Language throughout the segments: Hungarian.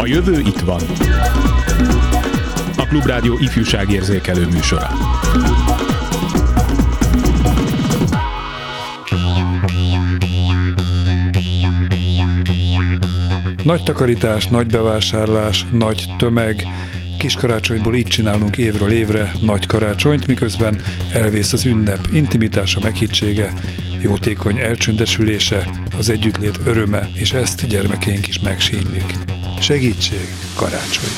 A jövő itt van. A Klubrádió ifjúságérzékelő műsora. Nagy takarítás, nagy bevásárlás, nagy tömeg. Kiskarácsonyból így csinálunk évről évre nagy karácsonyt, miközben elvész az ünnep, intimitása, meghittsége, jótékony elcsöndesülése, az együttlét öröme, és ezt gyermekeink is megsínylik. Segítség, karácsony!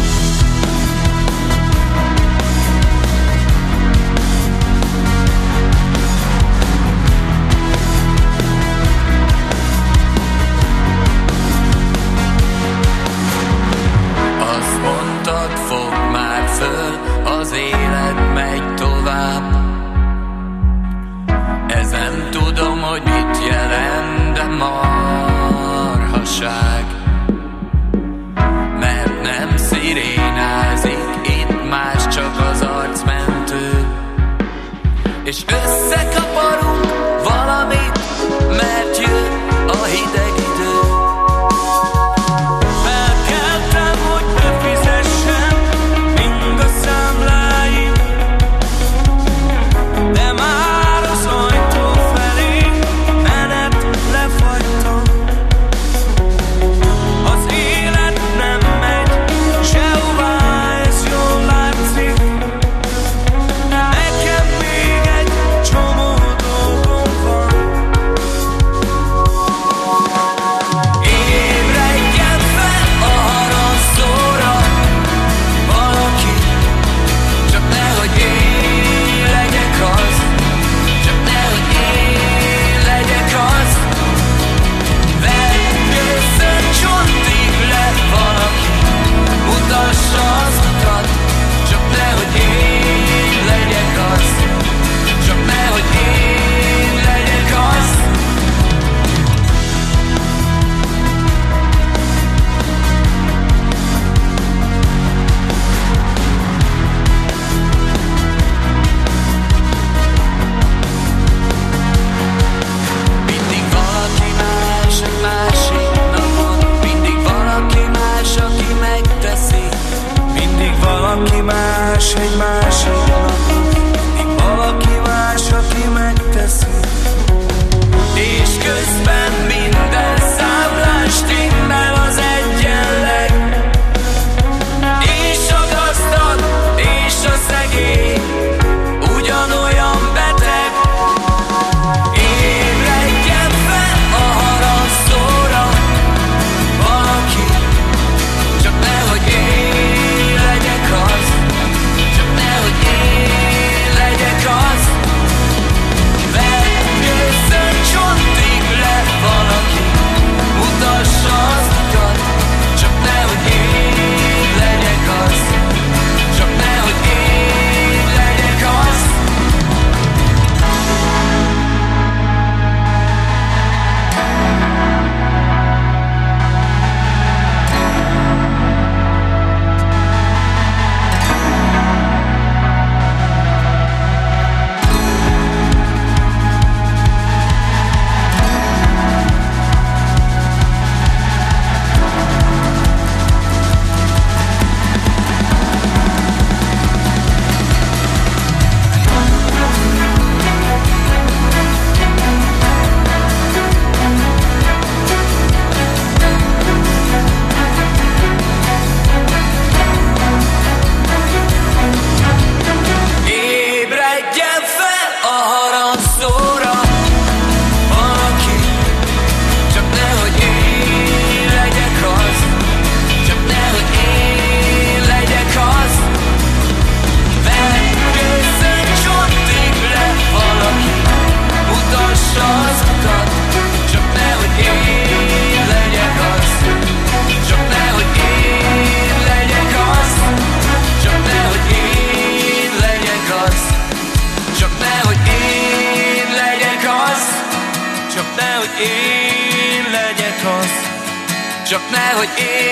Csak nehogy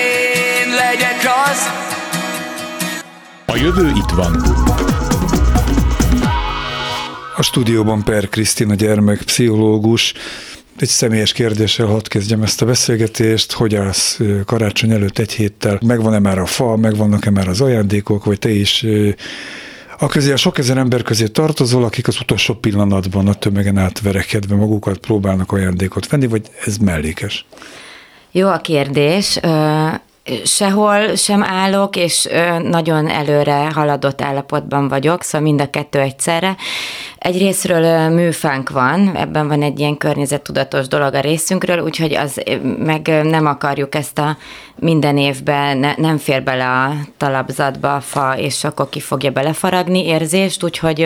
én legyek az. A jövő itt van. A stúdióban Per Krisztina gyermekpszichológus. Egy személyes kérdéssel hadd kezdjem ezt a beszélgetést, hogy állsz karácsony előtt egy héttel? Megvan-e már a fa, megvannak-e már az ajándékok, vagy te is a sok ezer ember közé tartozol, akik az utolsó pillanatban a tömegen átverekedve magukat próbálnak ajándékot venni, vagy ez mellékes? Jó a kérdés. Sehol sem állok, és nagyon előre haladott állapotban vagyok, szóval mind a kettő egyszerre. Egyrészről műfánk van, ebben van egy ilyen környezettudatos dolog a részünkről, úgyhogy meg nem akarjuk ezt a minden évben nem fér bele a talapzatba a fa, és akkor ki fogja belefaragni érzést, úgyhogy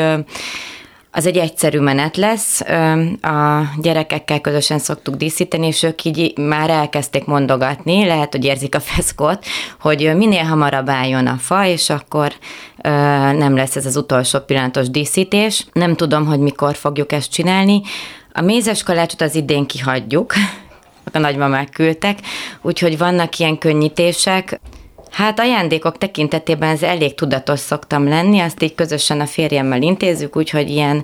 az egy egyszerű menet lesz, a gyerekekkel közösen szoktuk díszíteni, és ők így már elkezdték mondogatni, lehet, hogy érzik a feszkót, hogy minél hamarabb álljon a fa, és akkor nem lesz ez az utolsó pillanatos díszítés. Nem tudom, hogy mikor fogjuk ezt csinálni. A mézes kalácsot az idén kihagyjuk, a nagymamák küldtek, úgyhogy vannak ilyen könnyítések. Hát ajándékok tekintetében ez elég tudatos szoktam lenni, azt így közösen a férjemmel intézzük, úgyhogy ilyen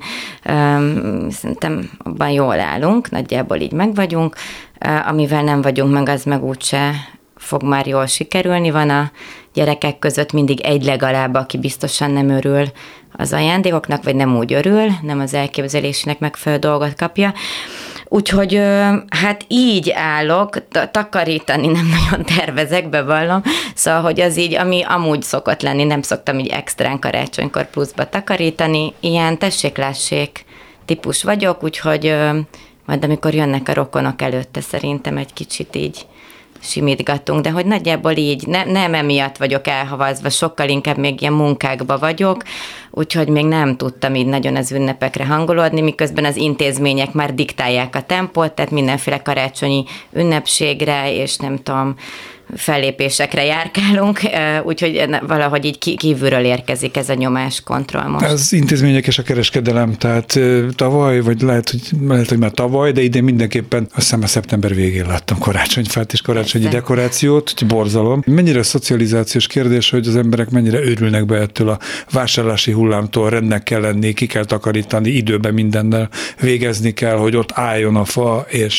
szerintem abban jól állunk, nagyjából így meg vagyunk, amivel nem vagyunk meg, az meg úgyse fog már jól sikerülni. Van a gyerekek között mindig egy legalább, aki biztosan nem örül az ajándékoknak, vagy nem úgy örül, nem az elképzelésének megfelelő dolgot kapja. Úgyhogy hát így állok, takarítani nem nagyon tervezek, bevallom, szóval, hogy az így, ami amúgy szokott lenni, nem szoktam így extrán karácsonykor pluszba takarítani, ilyen tessék-lássék típus vagyok, úgyhogy majd amikor jönnek a rokonok előtte, szerintem egy kicsit így simítgatunk, de hogy nagyjából így nem emiatt vagyok elhavazva, sokkal inkább még ilyen munkákba vagyok, úgyhogy még nem tudtam így nagyon az ünnepekre hangolódni, miközben az intézmények már diktálják a tempót, tehát mindenféle karácsonyi ünnepségre, és nem tudom, fellépésekre járkálunk, úgyhogy valahogy így kívülről érkezik ez a nyomáskontroll most. Az intézmények és a kereskedelem, tehát tavaly, vagy lehet, hogy már tavaly, de idén mindenképpen azt hiszem a szeptember végén láttam karácsonyfát és karácsonyi dekorációt, úgyhogy borzalom. Mennyire szocializációs kérdés, hogy az emberek mennyire örülnek be ettől a vásárlási hullámtól, rendnek kell lenni, ki kell takarítani, időben mindennel végezni kell, hogy ott álljon a fa, és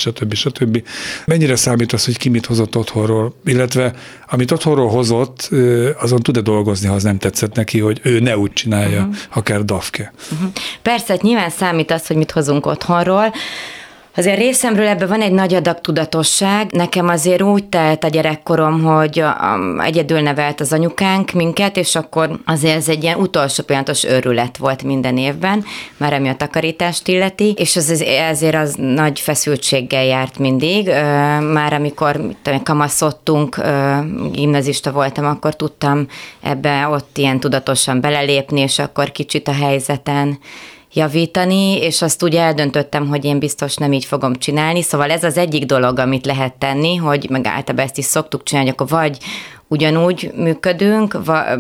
stb. Mennyire számít az, hogy ki mit hozott otthonról, illetve amit otthonról hozott, azon tud-e dolgozni, ha az nem tetszett neki, hogy ő ne úgy csinálja, akár Dafke. Persze, nyilván számít az, hogy mit hozunk otthonról. Azért részemről ebben van egy nagy adag tudatosság. Nekem azért úgy telt a gyerekkorom, hogy egyedül nevelt az anyukánk minket, és akkor azért ez egy ilyen utolsó pillanatos őrület volt minden évben, már ami a takarítást illeti, és ezért az nagy feszültséggel járt mindig. Már amikor kamaszodtunk, gimnazista voltam, akkor tudtam ebbe ott ilyen tudatosan belelépni, és akkor kicsit a helyzeten javítani, és azt úgy eldöntöttem, hogy én biztos nem így fogom csinálni, szóval ez az egyik dolog, amit lehet tenni, hogy meg általában ezt is szoktuk csinálni, hogy akkor vagy ugyanúgy működünk,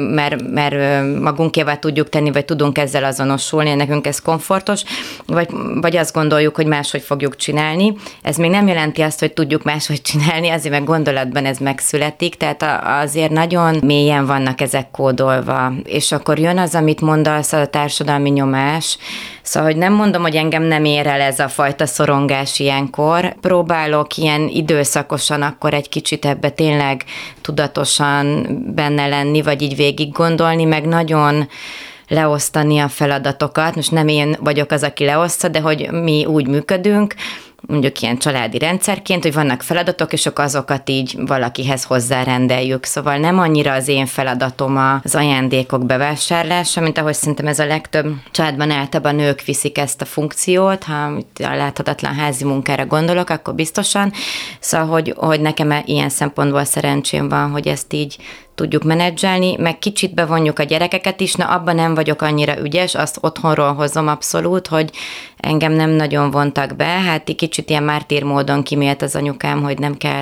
mert magunkévá tudjuk tenni, vagy tudunk ezzel azonosulni, nekünk ez komfortos, vagy azt gondoljuk, hogy máshogy fogjuk csinálni. Ez még nem jelenti azt, hogy tudjuk máshogy csinálni, azért meg gondolatban ez megszületik, tehát azért nagyon mélyen vannak ezek kódolva, és akkor jön az, amit mondasz, a társadalmi nyomás. Szóval, hogy nem mondom, hogy engem nem ér el ez a fajta szorongás ilyenkor. Próbálok ilyen időszakosan akkor egy kicsit ebbe tényleg tudatosan benne lenni, vagy így végig gondolni, meg nagyon leosztani a feladatokat. Most nem én vagyok az, aki leoszta, de hogy mi úgy működünk, mondjuk ilyen családi rendszerként, hogy vannak feladatok, és akkor azokat így valakihez hozzárendeljük. Szóval nem annyira az én feladatom az ajándékok bevásárlása, mint ahogy szerintem ez a legtöbb családban általában nők viszik ezt a funkciót, ha a láthatatlan házi munkára gondolok, akkor biztosan. Szóval, hogy nekem ilyen szempontból szerencsém van, hogy ezt így tudjuk menedzselni, meg kicsit bevonjuk a gyerekeket is, na abban nem vagyok annyira ügyes, azt otthonról hozom abszolút, hogy engem nem nagyon vontak be, hát kicsit ilyen mártír módon kimélt az anyukám, hogy nem kell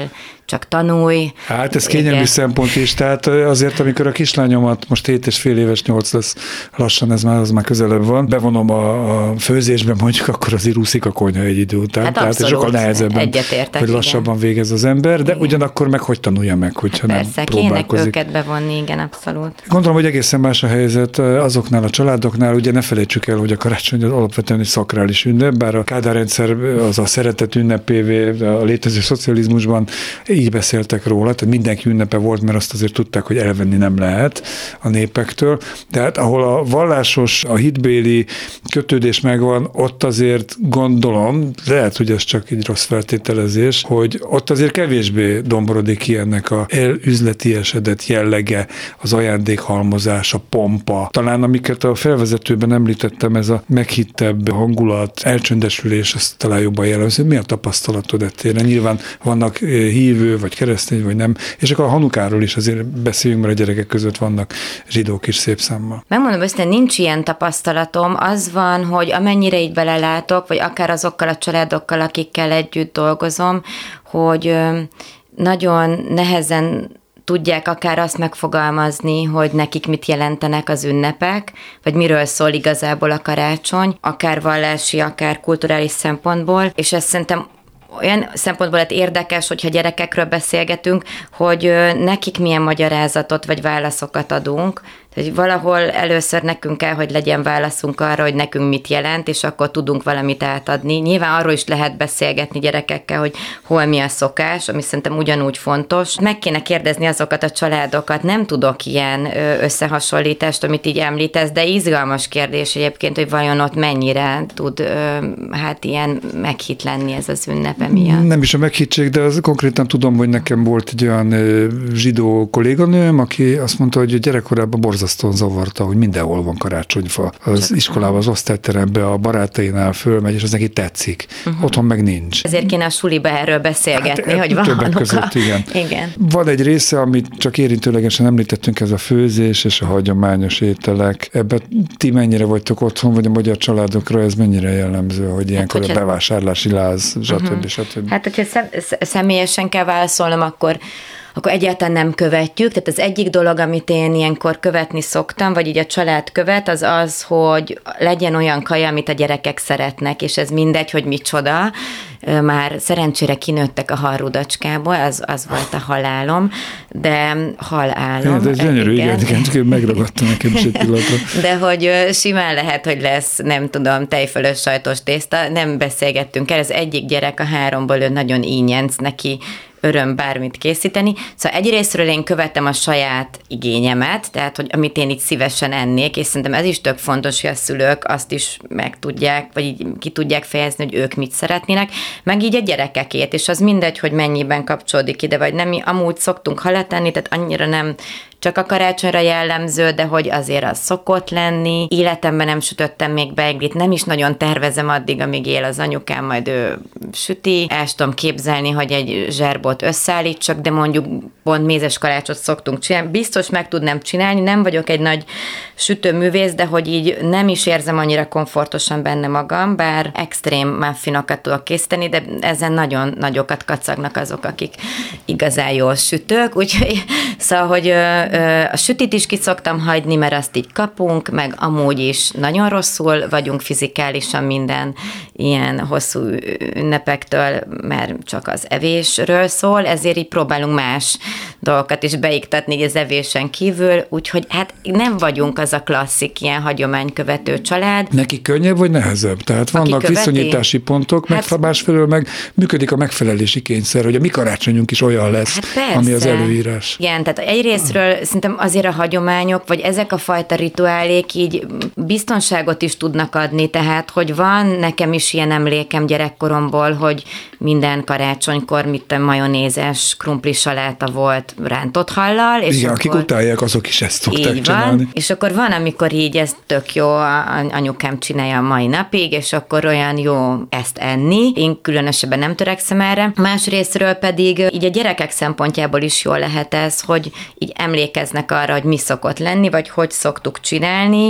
csak tanulj. Hát ez kényelmi szempont is, tehát azért, amikor a kislányomat, most 7,5 éves, 8 lesz lassan, az már közelebb van, bevonom a főzésbe mondjuk, akkor azért úszik a konyha egy idő után. Hát tehát sokkal nehezebben, hogy lassabban végez az ember, de ugyanakkor meg hogy tanulja meg, hogyha nem próbálkozik. Kéne őket bevonni, igen, abszolút. Gondolom, hogy egészen más a helyzet azoknál a családoknál, ugye ne felejtsük el, hogy a karácsony az alapvetően egy szakrális ünnep, bár a Kádár rendszer az a szeretet ünnepévé a létező szocializmusban így beszéltek róla, tehát mindenki ünnepe volt, mert azt azért tudták, hogy elvenni nem lehet a népektől. Tehát ahol a vallásos, a hitbéli kötődés megvan, ott azért gondolom, lehet, hogy ez csak egy rossz feltételezés, hogy ott azért kevésbé domborodik ki ennek a elüzletiesedett jellege, az ajándékhalmozás, a pompa. Talán amiket a felvezetőben említettem, ez a meghittebb hangulat, elcsöndesülés, az talán jobban jellemző. Mi a tapasztalatod ettéren? Nyilván vannak hívő, vagy keresztény, vagy nem. És akkor a Hanukáról is azért beszéljünk, mert a gyerekek között vannak zsidók is szép számmal. Megmondom össze, nincs ilyen tapasztalatom. Az van, hogy amennyire így belelátok, vagy akár azokkal a családokkal, akikkel együtt dolgozom, hogy nagyon nehezen tudják akár azt megfogalmazni, hogy nekik mit jelentenek az ünnepek, vagy miről szól igazából a karácsony, akár vallási, akár kulturális szempontból, és ez szerintem olyan szempontból lett érdekes, hogyha gyerekekről beszélgetünk, hogy nekik milyen magyarázatot vagy válaszokat adunk. Tehát valahol először nekünk kell, hogy legyen válaszunk arra, hogy nekünk mit jelent, és akkor tudunk valamit átadni. Nyilván arról is lehet beszélgetni gyerekekkel, hogy hol mi a szokás, ami szerintem ugyanúgy fontos. Meg kéne kérdezni azokat a családokat, nem tudok ilyen összehasonlítást, amit így említesz, de izgalmas kérdés egyébként, hogy vajon ott mennyire tud hát ilyen meghitt lenni ez az ünnepe miatt. Nem is a meghittség, de az konkrétan tudom, hogy nekem volt egy olyan zsidó kolléganőm, aki azt mondta, hogy gyerekkorában borzasztóan zavarta, hogy mindenhol van karácsonyfa. Az iskolában, az osztályteremben, a barátainál fölmegy, és az neki tetszik. Otthon meg nincs. Ezért kéne a suliba erről beszélgetni, hogy van többek között, igen. Van egy része, amit csak érintőlegesen említettünk, ez a főzés és a hagyományos ételek. Ebben ti mennyire vagytok otthon, vagy a magyar családokra ez mennyire jellemző, hogy ilyenkor a bevásárlási láz, stb. Hát, hogyha személyesen kell válaszolnom, akkor egyáltalán nem követjük. Tehát az egyik dolog, amit én ilyenkor követni szoktam, vagy így a család követ, az az, hogy legyen olyan kaja, amit a gyerekek szeretnek, és ez mindegy, hogy micsoda. Már szerencsére kinőttek a halrudacskából, az volt a halálom, de halálom. De ez gyönyörű, igen, csak megragadtam nekem is egy pillanatra. De hogy simán lehet, hogy lesz, nem tudom, tejfölös sajtos tészta, nem beszélgettünk el, az egyik gyerek a 3-ból, ő nagyon ínyenc, neki öröm bármit készíteni. Szóval egyrésztről én követem a saját igényemet, tehát, hogy amit én így szívesen ennék, és szerintem ez is tök fontos, hogy a szülők azt is meg tudják, vagy így ki tudják fejezni, hogy ők mit szeretnének, meg így a gyerekekét, és az mindegy, hogy mennyiben kapcsolódik ide, vagy nem. Mi amúgy szoktunk halat enni, tehát annyira nem csak a karácsonyra jellemző, de hogy azért az szokott lenni. Életemben nem sütöttem még beiglit, nem is nagyon tervezem addig, amíg él az anyukám, majd ő süti. El tudom képzelni, hogy egy zserbot összeállítsak, de mondjuk pont mézes kalácsot szoktunk csinálni. Biztos meg tudnám csinálni, nem vagyok egy nagy sütőművész, de hogy így nem is érzem annyira komfortosan benne magam, bár extrém muffinokat tudok készíteni, de ezen nagyon nagyokat kacagnak azok, akik igazán jól sütők, úgyhogy szóval, hogy a sütit is ki szoktam hagyni, mert azt így kapunk, meg amúgy is nagyon rosszul vagyunk fizikálisan minden ilyen hosszú ünnepektől, mert csak az evésről szól, ezért így próbálunk más dolgokat is beiktatni az evésen kívül, úgyhogy hát nem vagyunk az a klasszik ilyen hagyománykövető család. Neki könnyebb vagy nehezebb? Tehát vannak viszonyítási pontok, meg másfelől meg működik a megfelelési kényszer, hogy a mi karácsonyunk is olyan lesz, ami az előírás. Igen, tehát egyrésztről szerintem azért a hagyományok, vagy ezek a fajta rituálék így biztonságot is tudnak adni, tehát hogy van nekem is ilyen emlékem gyerekkoromból, hogy minden karácsonykor majonézes krumpli saláta volt rántott hallal. És igen, akkor, akik utálják, azok is ezt szokták így csinálni. Van, és akkor van, amikor így ez tök jó, anyukám csinálja a mai napig, és akkor olyan jó ezt enni. Én különösebben nem törekszem erre. Másrésztről pedig így a gyerekek szempontjából is jól lehet ez, hogy így emlékeznek arra, hogy mi szokott lenni, vagy hogy szoktuk csinálni,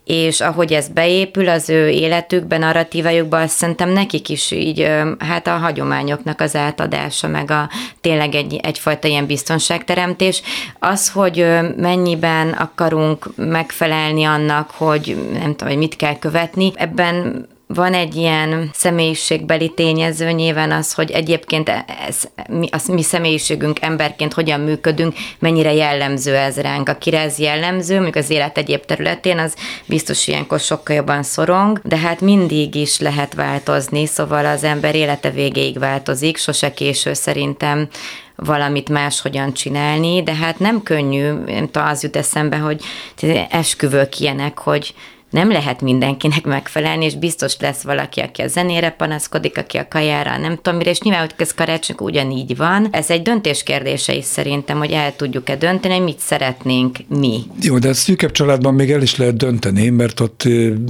és ahogy ez beépül az ő életükbe, narratívájukba, azt szerintem nekik is így, hát a hagyományoknak az átadása, meg tényleg egyfajta ilyen biztonságteremtés. Az, hogy mennyiben akarunk megfelelni annak, hogy nem tudom, hogy mit kell követni, ebben van egy ilyen személyiségbeli tényező, nyilván az, hogy egyébként mi személyiségünk emberként hogyan működünk, mennyire jellemző ez ránk. Akire ez jellemző, mondjuk az élet egyéb területén, az biztos ilyenkor sokkal jobban szorong, de hát mindig is lehet változni, szóval az ember élete végéig változik, sose késő szerintem valamit máshogyan csinálni, de hát nem könnyű, nem tudom, az jut eszembe, hogy esküvők ilyenek, hogy nem lehet mindenkinek megfelelni, és biztos lesz valaki, aki a zenére panaszkodik, aki a kajára, nem tudom mire, és nyilván, hogy ez karácsonyok ugyanígy van. Ez egy döntés kérdése is szerintem, hogy el tudjuk-e dönteni, hogy mit szeretnénk mi. Jó, de ezt szűkebb családban még el is lehet dönteni, mert ott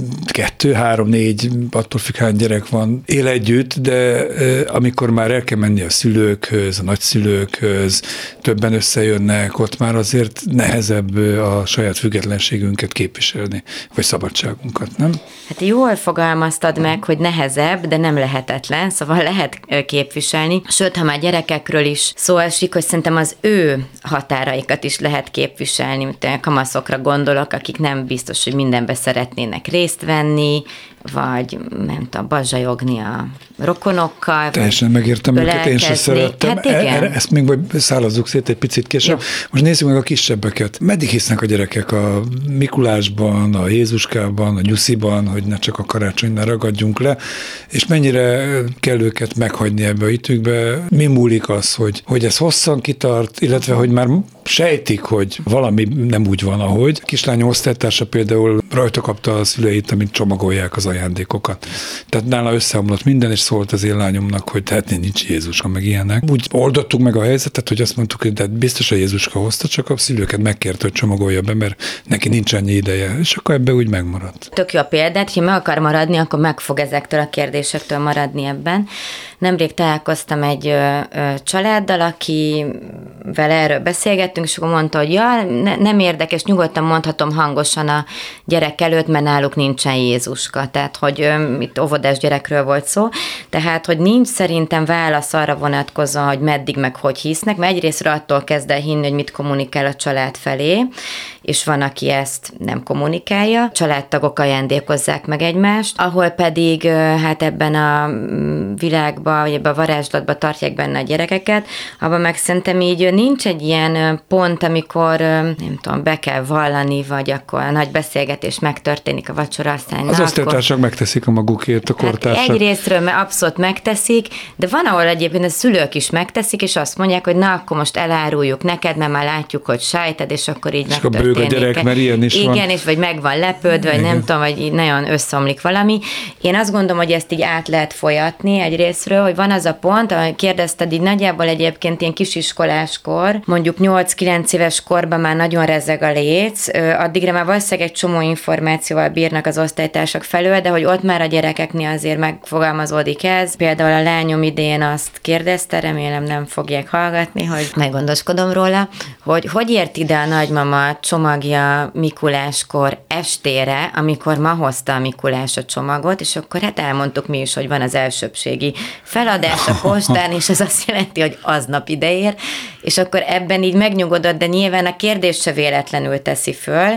2, 3, 4, attól függ, hány gyerek van, él együtt, de amikor már el kell menni a szülőkhöz, a nagyszülőkhöz, többen összejönnek, ott már azért nehezebb a saját függetlenségünket képviselni, vagy szabadságunkat, nem? Hát jól fogalmaztad meg, hogy nehezebb, de nem lehetetlen, szóval lehet képviselni. Sőt, ha már gyerekekről is szó esik, hogy szerintem az ő határaikat is lehet képviselni, mint olyan kamaszokra gondolok, akik nem biztos, hogy mindenbe szeretnének részt venni, vagy nem tudom, bazsajogni a rokonokkal. Teljesen megértem őket, én sem szerettem. Hát igen. Ezt még majd szállazzuk szét egy picit később. Jó. Most nézzük meg a kisebbeket. Meddig hisznek a gyerekek a Mikulásban, a Jézuskában, a Nyusziban, hogy ne csak a karácsonynál ragadjunk le, és mennyire kell őket meghagyni ebbe a hitükbe? Mi múlik az, hogy ez hosszan kitart, illetve hogy már sejtik, hogy valami nem úgy van, ahogy. A kislányom osztálytársa például rajta kapta a szüleit, amit csomagolják az ajándékokat. Tehát nála összeomlott minden, és szólt az én lányomnak, hogy tehát nincs Jézuska, meg ilyenek. Úgy oldottuk meg a helyzetet, hogy azt mondtuk, hogy de biztos a Jézuska hozta, csak a szülőket megkérte, hogy csomagolja be, mert neki nincs annyi ideje, és akkor ebbe úgy megmaradt. Tök jó a példát, ha meg akar maradni, akkor meg fog ezektől a kérdésektől maradni ebben. Nemrég találkoztam egy családdal, akivel erről beszélgettünk, és akkor mondta, hogy ja, nem érdekes, nyugodtan mondhatom hangosan a gyerek előtt, mert náluk nincsen Jézuska. Tehát, hogy itt óvodás gyerekről volt szó, tehát, hogy nincs szerintem válasz arra vonatkozóan, hogy meddig meg hogy hisznek, mert egyrésztről attól kezd el hinni, hogy mit kommunikál a család felé, és van, aki ezt nem kommunikálja. Családtagok ajándékozzák meg egymást, ahol pedig hát ebben a világban, vagy ebben a varázslatban tartják benne a gyerekeket, abban meg szerintem így nincs egy ilyen pont, amikor nem tudom, be kell vallani, vagy akkor a nagy beszélgetés megtörténik a vacsoraasztalnál. Az osztálytársak megteszik a magukért, a kortársak. Hát egyrésztről abszolút megteszik, de van, ahol egyébként a szülők is megteszik, és azt mondják, hogy na, akkor most eláruljuk neked, mert már látjuk, hogy sejted, és akkor így megtörténik. A gyerek, mert ilyen is van. Igen, és vagy meg van lepődve, vagy nem tudom, vagy így nagyon összeomlik valami. Én azt gondolom, hogy ezt így át lehet folyatni egyrészről, hogy van az a pont, ahogy kérdezted, így nagyjából egyébként ilyen kisiskoláskor, mondjuk 8-9 éves korban már nagyon rezeg a léc, addigra már valószínűleg egy csomó információval bírnak az osztálytársak felől, de hogy ott már a gyerekeknél azért megfogalmazódik ez. Például a lányom idén azt kérdezte, remélem nem fogják hallgatni, hogy meggondoskodom róla, hogy ért ide a nagymama csomagja Mikuláskor estére, amikor ma hozta a Mikulás a csomagot, és akkor hát elmondtuk mi is, hogy van az elsőbbségi feladás a postán, és ez azt jelenti, hogy aznap ide ér, és akkor ebben így megnyugodott, de nyilván a kérdést se véletlenül teszi föl,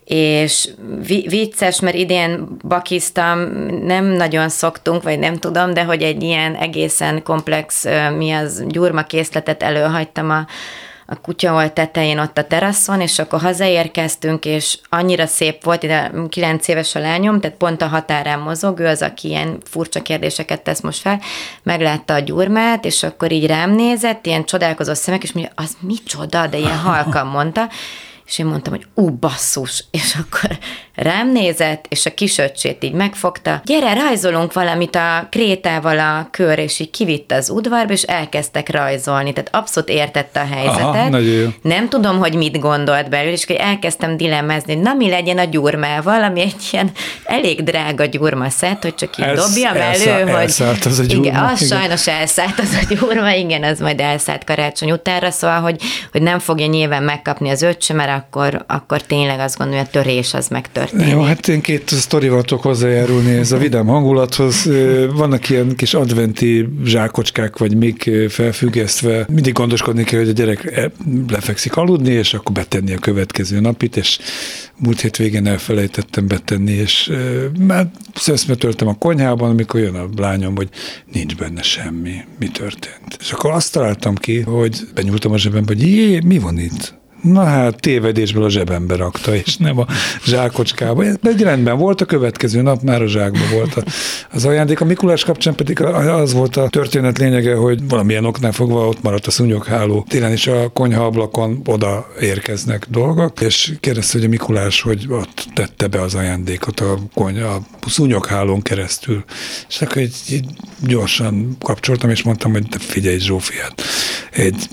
és vicces, mert idén bakiztam, nem nagyon szoktunk, vagy nem tudom, de hogy egy ilyen egészen komplex, gyurmakészletet előhagytam a kutyaolt tetején ott a teraszon, és akkor hazaérkeztünk, és annyira szép volt, ide 9 éves a lányom, tehát pont a határán mozog, ő az, aki ilyen furcsa kérdéseket tesz most fel, meglátta a gyurmát, és akkor így rám nézett, ilyen csodálkozó szemek, és mondja, az micsoda, de ilyen halkan mondta, és én mondtam, hogy basszus, és akkor rám nézett, és a kisöccsét így megfogta. Gyere, rajzolunk valamit a krétával a kör, és így kivitte az udvarba, és elkezdtek rajzolni. Tehát abszolút értette a helyzetet. Aha, nem tudom, hogy mit gondolt belül, és elkezdtem dilemmázni, hogy na mi legyen a gyurmával, ami egy ilyen elég drága gyurmaszett, hogy csak így dobjam elő, hogy elszállt az a gyurma. Igen, az sajnos elszállt az a gyurma, igen, az majd elszállt karácsony utánra, szóval, hogy nem fogja nyilván megkapni az öccse, mert el, akkor tényleg azt gondolom, hogy a törés az megtörténik. Jó, hát én 2 sztorival tudok hozzájárulni ez a vidám hangulathoz. Vannak ilyen kis adventi zsákocskák, vagy még felfüggesztve. Mindig gondoskodni kell, hogy a gyerek lefekszik aludni, és akkor betenni a következő napit, és múlt hétvégén elfelejtettem betenni, és már szeszmetöltem a konyhában, amikor jön a lányom, hogy nincs benne semmi, mi történt. És akkor azt találtam ki, hogy benyúltam a zsebembe, hogy jé, mi van itt? Na hát tévedésből a zsebembe rakta, és nem a zsákocskába. De egy rendben volt, a következő nap már a zsákban volt az ajándék. A Mikulás kapcsán pedig az volt a történet lényege, hogy valamilyen oknál fogva ott maradt a szúnyogháló. Télen is a konyhaablakon oda érkeznek dolgok, és kérdezte, hogy a Mikulás, hogy ott tette be az ajándékot a szúnyoghálón keresztül. És akkor így gyorsan kapcsoltam, és mondtam, hogy figyelj, Zsófi, hát egy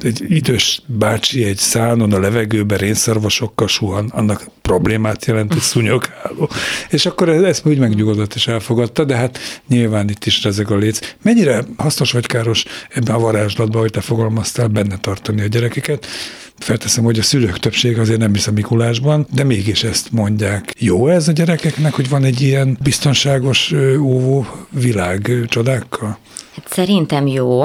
idős bácsi egy szánon a levegőben rénszarvasokkal suhan, annak problémát jelent egy szúnyogháló. És akkor ezt úgy megnyugodott és elfogadta, de hát nyilván itt is rezeg a léc. Mennyire hasznos vagy káros ebben a varázslatban, hogy te fogalmaztál, benne tartani a gyerekeket? Felteszem, hogy a szülők többsége azért nem hisz a Mikulásban, de mégis ezt mondják. Jó ez a gyerekeknek, hogy van egy ilyen biztonságos óvó világ csodákkal? Hát szerintem jó,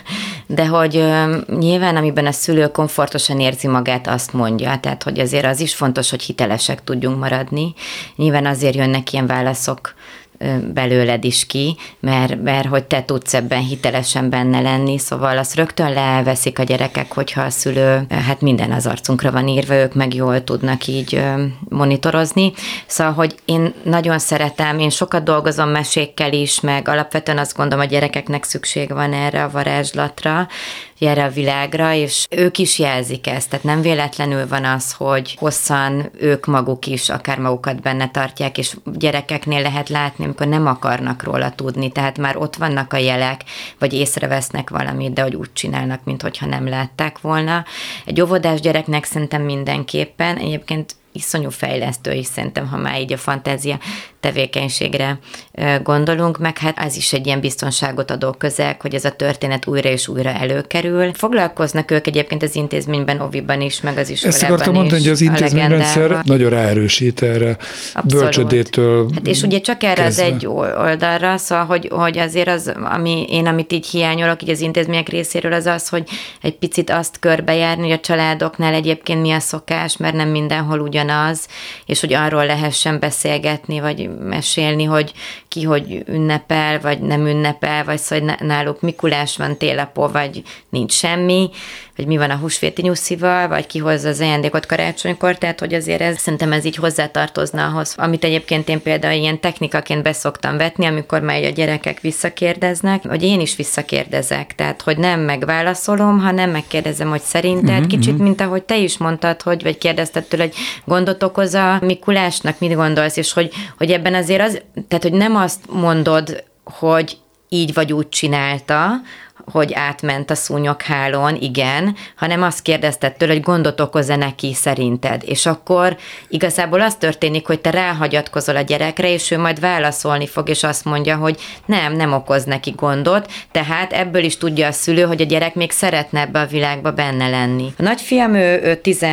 de hogy nyilván, amiben a szülő komfortosan érzi magát, azt mondja. Tehát, hogy azért az is fontos, hogy hitelesek tudjunk maradni. Nyilván azért jönnek ilyen válaszok belőled is ki, mert hogy te tudsz ebben hitelesen benne lenni, szóval azt rögtön leveszik a gyerekek, hogyha a szülő, hát minden az arcunkra van írva, ők meg jól tudnak így monitorozni. Szóval, hogy én nagyon szeretem, én sokat dolgozom mesékkel is, meg alapvetően azt gondolom, a gyerekeknek szükség van erre a varázslatra, erre a világra, és ők is jelzik ezt, tehát nem véletlenül van az, hogy hosszan ők maguk is akár magukat benne tartják, és gyerekeknél lehet látni, amikor nem akarnak róla tudni, tehát már ott vannak a jelek, vagy észrevesznek valamit, de hogy úgy csinálnak, minthogyha nem látták volna. Egy óvodás gyereknek szerintem mindenképpen, egyébként iszonyú fejlesztő is szerintem, ha már így a fantázia tevékenységre gondolunk, meg hát ez is egy ilyen biztonságot adó közeg, hogy ez a történet újra és újra előkerül. Foglalkoznak ők egyébként az intézményben, oviban is, meg az iskolában is. Ezt akartam mondani, hogy az intézményrendszer nagyon ráerősít erre, bölcsödétől. Hát és ugye csak erre kezdve. Az egy oldalra, szóval, hogy azért az, amit így hiányolok így az intézmények részéről, az az, hogy egy picit azt körbejárni, hogy a családoknál egyébként mi a szokás, mert nem mindenhol ugyanaz, és hogy arról lehessen beszélgetni, vagy mesélni, hogy ki hogy ünnepel, vagy nem ünnepel, vagy szóval náluk Mikulás van télapó, vagy nincs semmi, vagy mi van a húsvéti nyuszival, vagy ki hozza az ajándékot karácsonykor, tehát hogy azért szerintem ez így hozzátartozna ahhoz, amit egyébként én például ilyen technikaként beszoktam vetni, amikor már a gyerekek visszakérdeznek, hogy én is visszakérdezek, tehát hogy nem megválaszolom, hanem megkérdezem, hogy szerinted, kicsit, mint ahogy te is mondtad, vagy kérdezted tőle, hogy gondot okoz a Mikulásnak, mit gondolsz, és hogy ebben azért az, tehát hogy nem azt mondod, hogy így vagy úgy csinálta, hogy átment a szúnyoghálón, igen, hanem azt kérdezted tőle, hogy gondot okoz-e neki szerinted. És akkor igazából az történik, hogy te ráhagyatkozol a gyerekre, és ő majd válaszolni fog, és azt mondja, hogy nem okoz neki gondot, tehát ebből is tudja a szülő, hogy a gyerek még szeretne ebbe a világba benne lenni. A nagyfiam, ő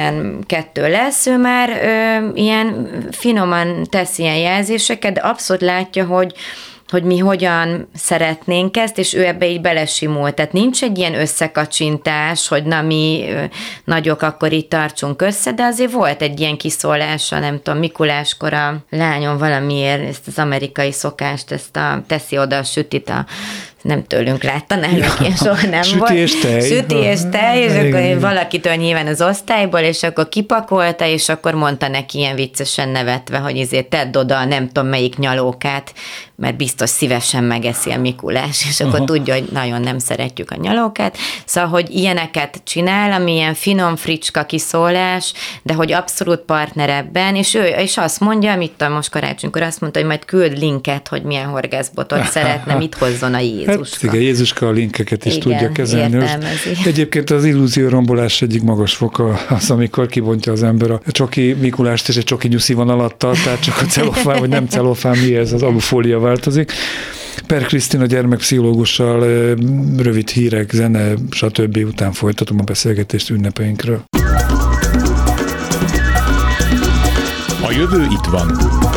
12 lesz, ő már ilyen finoman tesz ilyen jelzéseket, de abszolút látja, hogy mi hogyan szeretnénk ezt, és ő ebbe így belesimult. Tehát nincs egy ilyen összekacsintás, hogy na mi nagyok, akkor így tartsunk össze, de azért volt egy ilyen kiszólása, nem tudom, Mikuláskor a lányom valamiért ezt az amerikai szokást, teszi oda a sütit nem tőlünk látta, nálunk ilyen soha nem volt. Süti és tej, és akkor valakitől nyilván az osztályból, és akkor kipakolta, és akkor mondta neki ilyen viccesen nevetve, hogy tedd oda nem tudom melyik nyalókát, mert biztos szívesen megeszi a Mikulás, és akkor tudja, hogy nagyon nem szeretjük a nyalókát. Szóval, hogy ilyeneket csinál, ami ilyen finom fricska kiszólás, de hogy abszolút partner ebben, és ő és azt mondja, mit tudom, most karácsonykor azt mondta, hogy majd küld linket, hogy milyen horgászbotot szeretne, mit hozzon a Jézuska. Hát igen, Jézuska a linkeket is tudja kezelni. Egyébként az illúziórombolás egyik magas foka az, amikor kibontja az ember a csoki Mikulást, és egy csoki nyuszi van alatta, tehát csak a celofán, vagy nem celofán, mi ez, az alufólia változik. Per Krisztina gyermekpszichológussal rövid hírek, zene, stb. Után folytatom a beszélgetést ünnepeinkről. jövő itt van.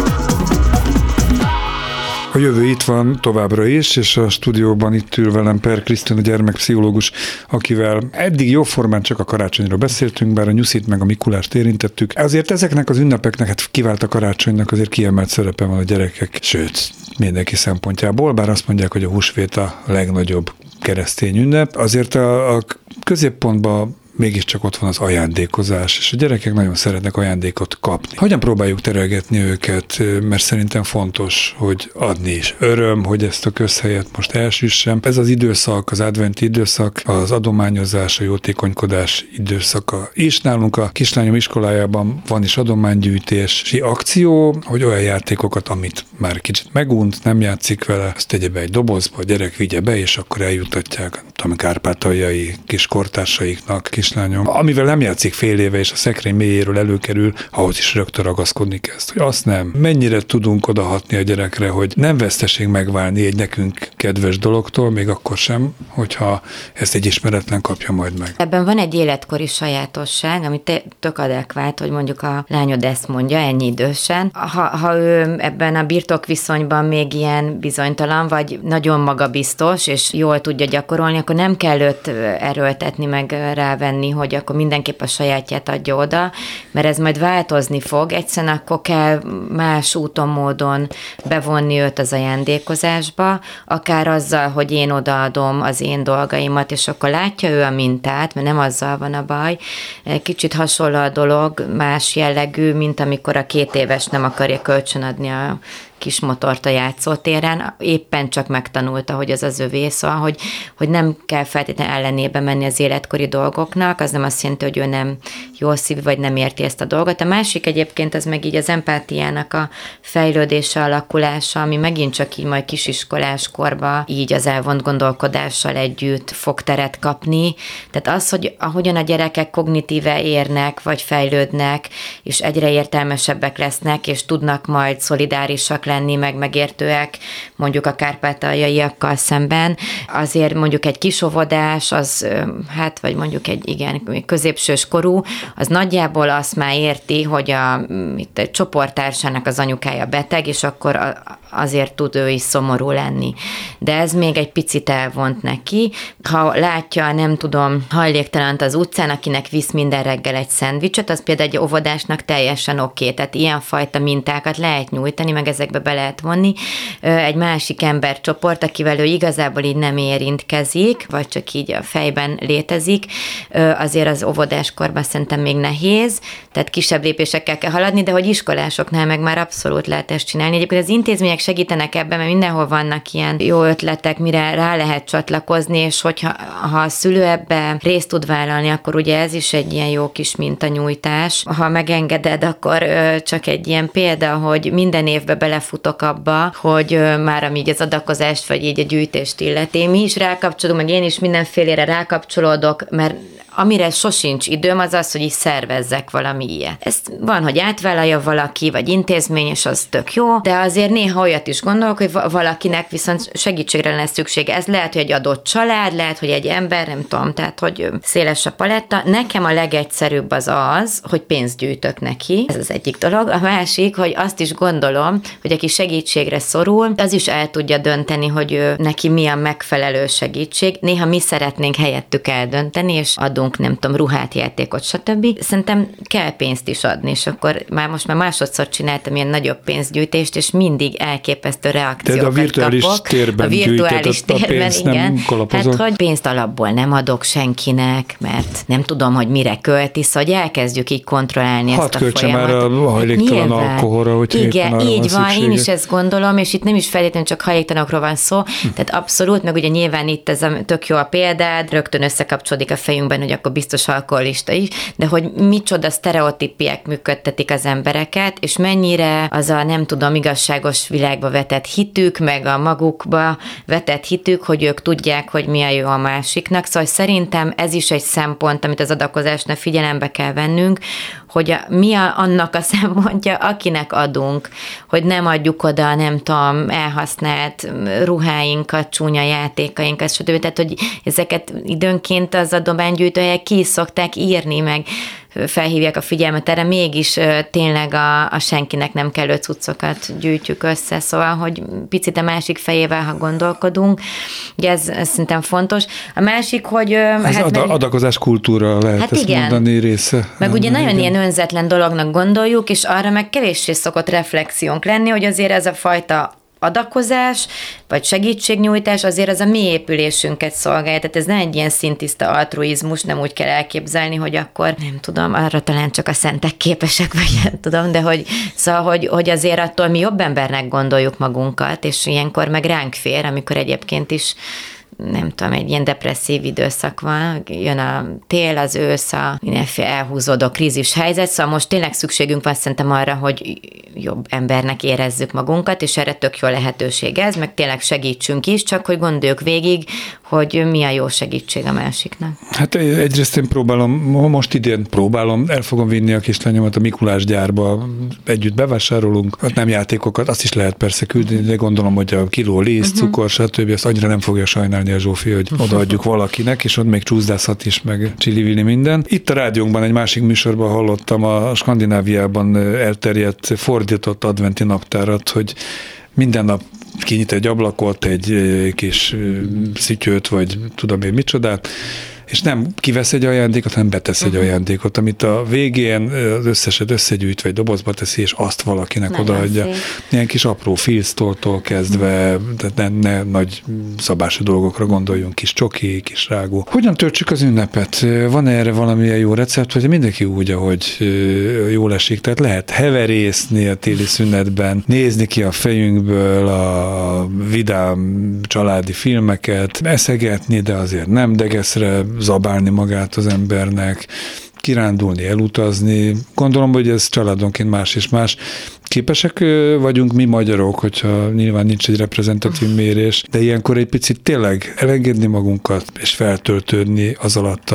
A jövő itt van továbbra is, és a stúdióban itt ül velem Per Krisztina gyermekpszichológus, akivel eddig jóformán csak a karácsonyról beszéltünk, bár a nyuszit meg a Mikulást érintettük. Azért ezeknek az ünnepeknek, hát kivált a karácsonynak, azért kiemelt szerepe van a gyerekek, sőt, mindenki szempontjából, bár azt mondják, hogy a húsvét a legnagyobb keresztény ünnep. Azért a középpontban mégiscsak ott van az ajándékozás, és a gyerekek nagyon szeretnek ajándékot kapni. Hogyan próbáljuk terelgetni őket, mert szerintem fontos, hogy adni is öröm, hogy ezt a közhelyet most elsüssem. Ez az időszak, az adventi időszak, az adományozás, a jótékonykodás időszaka is. Nálunk a kislányom iskolájában van is adománygyűjtési akció, hogy olyan játékokat, amit már kicsit megunt, nem játszik vele, azt tegye be egy dobozba, a gyerek vigye be, és akkor eljutatják a kárpátaljai kis kortársaiknak, kislányom. Amivel nem játszik fél éve, és a szekrény mélyéről előkerül, ahhoz is rögtön ragaszkodni kezd. Hogy azt nem. Mennyire tudunk odahatni a gyerekre, hogy nem veszteség megválni egy nekünk kedves dologtól, még akkor sem, hogyha ezt egy ismeretlen kapja majd meg. Ebben van egy életkori sajátosság, ami tök adekvát, hogy mondjuk a lányod ezt mondja ennyi idősen. Ha ő ebben a birtokviszonyban még ilyen bizonytalan, vagy nagyon magabiztos, és jól tudja gyakorolni, akkor nem kell őt erőltetni, meg rávenni, hogy akkor mindenképp a sajátját adja oda, mert ez majd változni fog. Egyszerűen akkor kell más úton, módon bevonni őt az ajándékozásba, akár azzal, hogy én odaadom az én dolgaimat, és akkor látja ő a mintát, mert nem azzal van a baj. Kicsit hasonló a dolog, más jellegű, mint amikor a 2 éves nem akarja kölcsönadni a kis motort a játszótéren, éppen csak megtanulta, hogy ez az övé, szóval, hogy nem kell feltétlenül ellenébe menni az életkori dolgoknak, az nem azt jelenti, hogy ő nem jól szív, vagy nem érti ezt a dolgot. A másik egyébként az meg így az empátiának a fejlődése, alakulása, ami megint csak így majd kisiskolás korba így az elvont gondolkodással együtt fog teret kapni. Tehát az, hogy ahogyan a gyerekek kognitíve érnek, vagy fejlődnek, és egyre értelmesebbek lesznek, és tudnak majd szolidárisak lenni, meg megértőek mondjuk a kárpátaljaiakkal szemben. Azért mondjuk egy kisóvodás, az hát, vagy mondjuk egy középsős korú, az nagyjából azt már érti, hogy egy csoporttársának az anyukája beteg, és akkor azért tud ő is szomorú lenni. De ez még egy picit elvont neki. Ha látja, nem tudom, hajléktalant az utcán, akinek visz minden reggel egy szendvicset, az például egy óvodásnak teljesen oké. Tehát ilyenfajta mintákat lehet nyújtani, meg ezekbe be lehet vonni. Egy másik embercsoport, akivel ő igazából így nem érintkezik, vagy csak így a fejben létezik, azért az óvodáskorban szerintem még nehéz, tehát kisebb lépésekkel kell haladni, de hogy iskolásoknál meg már abszolút lehet ezt csinálni. Egyébként az intézmények segítenek ebben, mert mindenhol vannak ilyen jó ötletek, mire rá lehet csatlakozni, és hogyha a szülő ebbe részt tud vállalni, akkor ugye ez is egy ilyen jó kis mintanyújtás. Ha megengeded, akkor csak egy ilyen példa, hogy minden évben belefutok abba, hogy már amíg az adakozást, vagy így a gyűjtést illeti, mi is rákapcsolunk, meg én is mindenfélére rákapcsolódok, mert amire sosincs időm, az az, hogy így szervezzek valami ilyet. Ezt van, hogy átvállalja valaki, vagy intézmény, és az tök jó, de azért néha olyat is gondolok, hogy valakinek viszont segítségre lesz szüksége. Ez lehet, hogy egy adott család, lehet, hogy egy ember, nem tudom, tehát, hogy széles a paletta. Nekem a legegyszerűbb az, hogy pénzt gyűjtök neki. Ez az egyik dolog. A másik, hogy azt is gondolom, hogy aki segítségre szorul, az is el tudja dönteni, hogy neki mi a megfelelő segítség. Néha mi szeretnénk helyettük eldönteni, és adunk, nem tudom, ruhát, játékot, stb. Szerintem kell pénzt is adni, és akkor most már másodszor csináltam ilyen nagyobb pénzgyűjtést, és mindig elképesztő reakciókat kapok. De a virtuális térben virtuális térben, igen. Hát, hogy pénzt alapból nem adok senkinek, mert nem tudom, hogy mire költi, szóval elkezdjük így kontrollálni ezt a folyamatot. Már a hajléktalan alkoholra, hogy igen, így van, én is ezt gondolom, és itt nem is feltétlenül csak hajléktalanokról van szó, tehát abszolút, meg ugye nyilván itt ez a tök jó a példád, rögtön összekapcsolódik a fejünkben, hogy akkor biztos alkoholista is, de hogy micsoda sztereotípiák működtetik az embereket, és mennyire az a nem tudom, igazságos világba vetett hitük, meg a magukba vetett hitük, hogy ők tudják, hogy mi a jó a másiknak. Szóval szerintem ez is egy szempont, amit az adakozásnál figyelembe kell vennünk, hogy mi annak a szempontja, akinek adunk, hogy nem adjuk oda, nem tudom, elhasznált ruháinkat, csúnya játékainkat, stb. Tehát, hogy ezeket időnként az adománygyűjtőhelyek ki is szokták írni, meg felhívják a figyelmet erre, mégis tényleg a senkinek nem kellő cuccokat gyűjtjük össze, szóval, hogy picit a másik fejével, ha gondolkodunk, ugye ez szerintem fontos. A másik, hogy... Ez adakozás kultúra lehet ezt mondani része. Meg ugye nagyon ilyen önzetlen dolognak gondoljuk, és arra meg kevéssé szokott reflexiónk lenni, hogy azért ez a fajta adakozás, vagy segítségnyújtás azért az a mi épülésünket szolgálja. Tehát ez nem egy ilyen szintiszta altruizmus, nem úgy kell elképzelni, hogy akkor nem tudom, arra talán csak a szentek képesek, vagy nem tudom, de hogy, szóval, hogy azért attól mi jobb embernek gondoljuk magunkat, és ilyenkor meg ránk fér, amikor egyébként is nem tudom, egy ilyen depresszív időszak van, jön a tél, az ősz, a mindenféle elhúzódó krízis helyzet, szóval most tényleg szükségünk van szerintem arra, hogy jobb embernek érezzük magunkat, és erre tök jó lehetőség ez, meg tényleg segítsünk is, csak hogy gondoljuk végig, hogy mi a jó segítség a másiknak. Hát egyrészt én most idén el fogom vinni a kislányomat a Mikulás gyárba, együtt bevásárolunk, ott nem játékokat, azt is lehet persze küldeni, de gondolom, hogy a kiló liszt, cukor, stb. Azt annyira nem fogja sajnálni a Zsófi, hogy odaadjuk valakinek, és ott még csúszdázhat is, meg csili-vili minden. Itt a rádiónkban egy másik műsorban hallottam a Skandináviában elterjedt fordított adventi naptárat, hogy minden nap kinyit egy ablakot, egy kis szütyőt, vagy tudom én micsodát, és nem kivesz egy ajándékot, hanem betesz egy ajándékot, amit a végén az összeset összegyűjt, vagy dobozba teszi, és azt valakinek nagyon odaadja. Szép. Ilyen kis apró filztól kezdve, de ne nagy szabású dolgokra gondoljunk, kis csoki, kis rágó. Hogyan töltsük az ünnepet? Van erre valamilyen jó recept, vagy mindenki úgy, ahogy jól esik? Tehát lehet heverészni a téli szünetben, nézni ki a fejünkből a vidám családi filmeket, eszegetni, de azért nem degeszre zabálni magát az embernek, kirándulni, elutazni. Gondolom, hogy ez családonként más és más. Képesek vagyunk mi magyarok, hogyha nyilván nincs egy reprezentatív mérés, de ilyenkor egy picit tényleg elengedni magunkat, és feltöltődni az alatt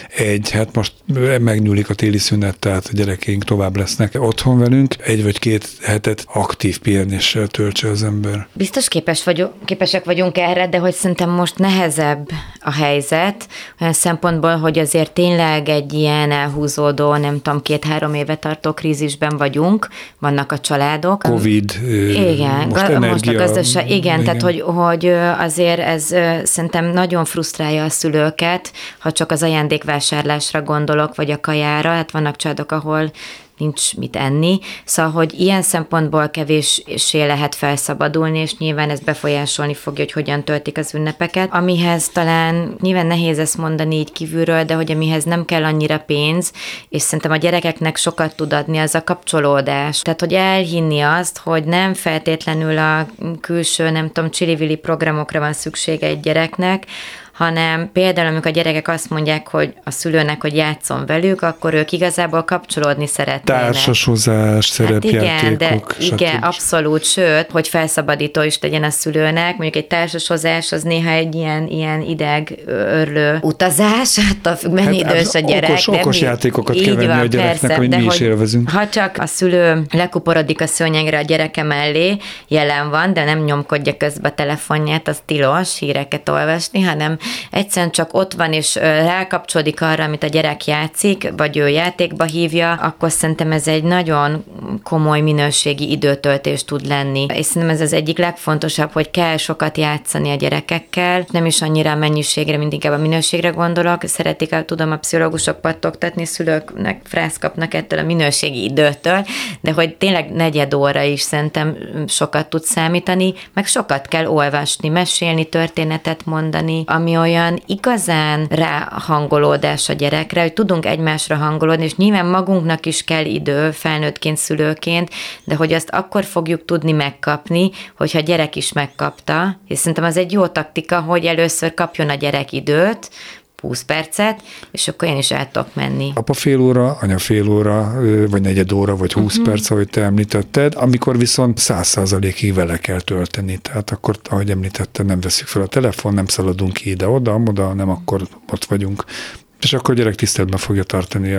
hát most megnyúlik a téli szünet, tehát a gyerekeink tovább lesznek otthon velünk, 1 vagy 2 hetet aktív pihenéssel töltse az ember. Biztos képesek vagyunk erre, de hogy szerintem most nehezebb a helyzet, olyan szempontból, hogy azért tényleg egy ilyen elhúzódó, nem tudom, 2-3 éve tartó krízisben vagyunk, vannak a családok. Covid, igen, most a gazdaság, igen, tehát hogy azért ez szerintem nagyon frusztrálja a szülőket, ha csak az ajándékvásárlásra gondolok, vagy a kajára, hát vannak családok, ahol nincs mit enni, szóval, hogy ilyen szempontból kevéssé lehet felszabadulni, és nyilván ez befolyásolni fogja, hogy hogyan töltik az ünnepeket, amihez talán nyilván nehéz ezt mondani így kívülről, de hogy amihez nem kell annyira pénz, és szerintem a gyerekeknek sokat tud adni az a kapcsolódás. Tehát, hogy elhinni azt, hogy nem feltétlenül a külső, nem tudom, csili-vili programokra van szüksége egy gyereknek, hanem például, amikor a gyerekek azt mondják, hogy a szülőnek, hogy játszon velük, akkor ők igazából kapcsolódni szeretnének. Társasozás, szerepjátékok. Hát igen, abszolút, sőt, hogy felszabadító is legyen a szülőnek. Mondjuk egy társasozás az néha egy ilyen idegörlő utazás, attól függ, mennyi idős a gyerek. Okos játékokat kell venni a gyereknek, persze, amit mi is élvezünk. Ha csak a szülő lekuporodik a szőnyegre a gyereke mellé, jelen van, de nem nyomkodja közbe a telefonját, az tilos híreket olvasni, hanem egyszerűen csak ott van, és rákapcsolódik arra, amit a gyerek játszik, vagy ő játékba hívja, akkor szerintem ez egy nagyon komoly minőségi időtöltés tud lenni. És szerintem ez az egyik legfontosabb, hogy kell sokat játszani a gyerekekkel, nem is annyira a mennyiségre, mint inkább a minőségre gondolok. Szeretik, tudom, a pszichológusok pattogtatni, szülőknek frász kapnak ettől a minőségi időtől, de hogy tényleg 4 óra is szerintem sokat tud számítani, meg sokat kell olvasni, mesélni, történetet mondani, ami olyan igazán ráhangolódás a gyerekre, hogy tudunk egymásra hangolódni, és nyilván magunknak is kell idő, felnőttként, szülőként, de hogy azt akkor fogjuk tudni megkapni, hogyha a gyerek is megkapta, és szerintem az egy jó taktika, hogy először kapjon a gyerek időt, 20 percet, és akkor én is el tudok menni. Apa fél óra, anya fél óra, vagy 4 óra, vagy 20 perc, ahogy te említetted, amikor viszont 100%-ig vele kell tölteni. Tehát akkor, ahogy említetted, nem veszük fel a telefon, nem szaladunk ki ide-oda, nem akkor ott vagyunk. És akkor a gyerek tiszteletben fogja tartani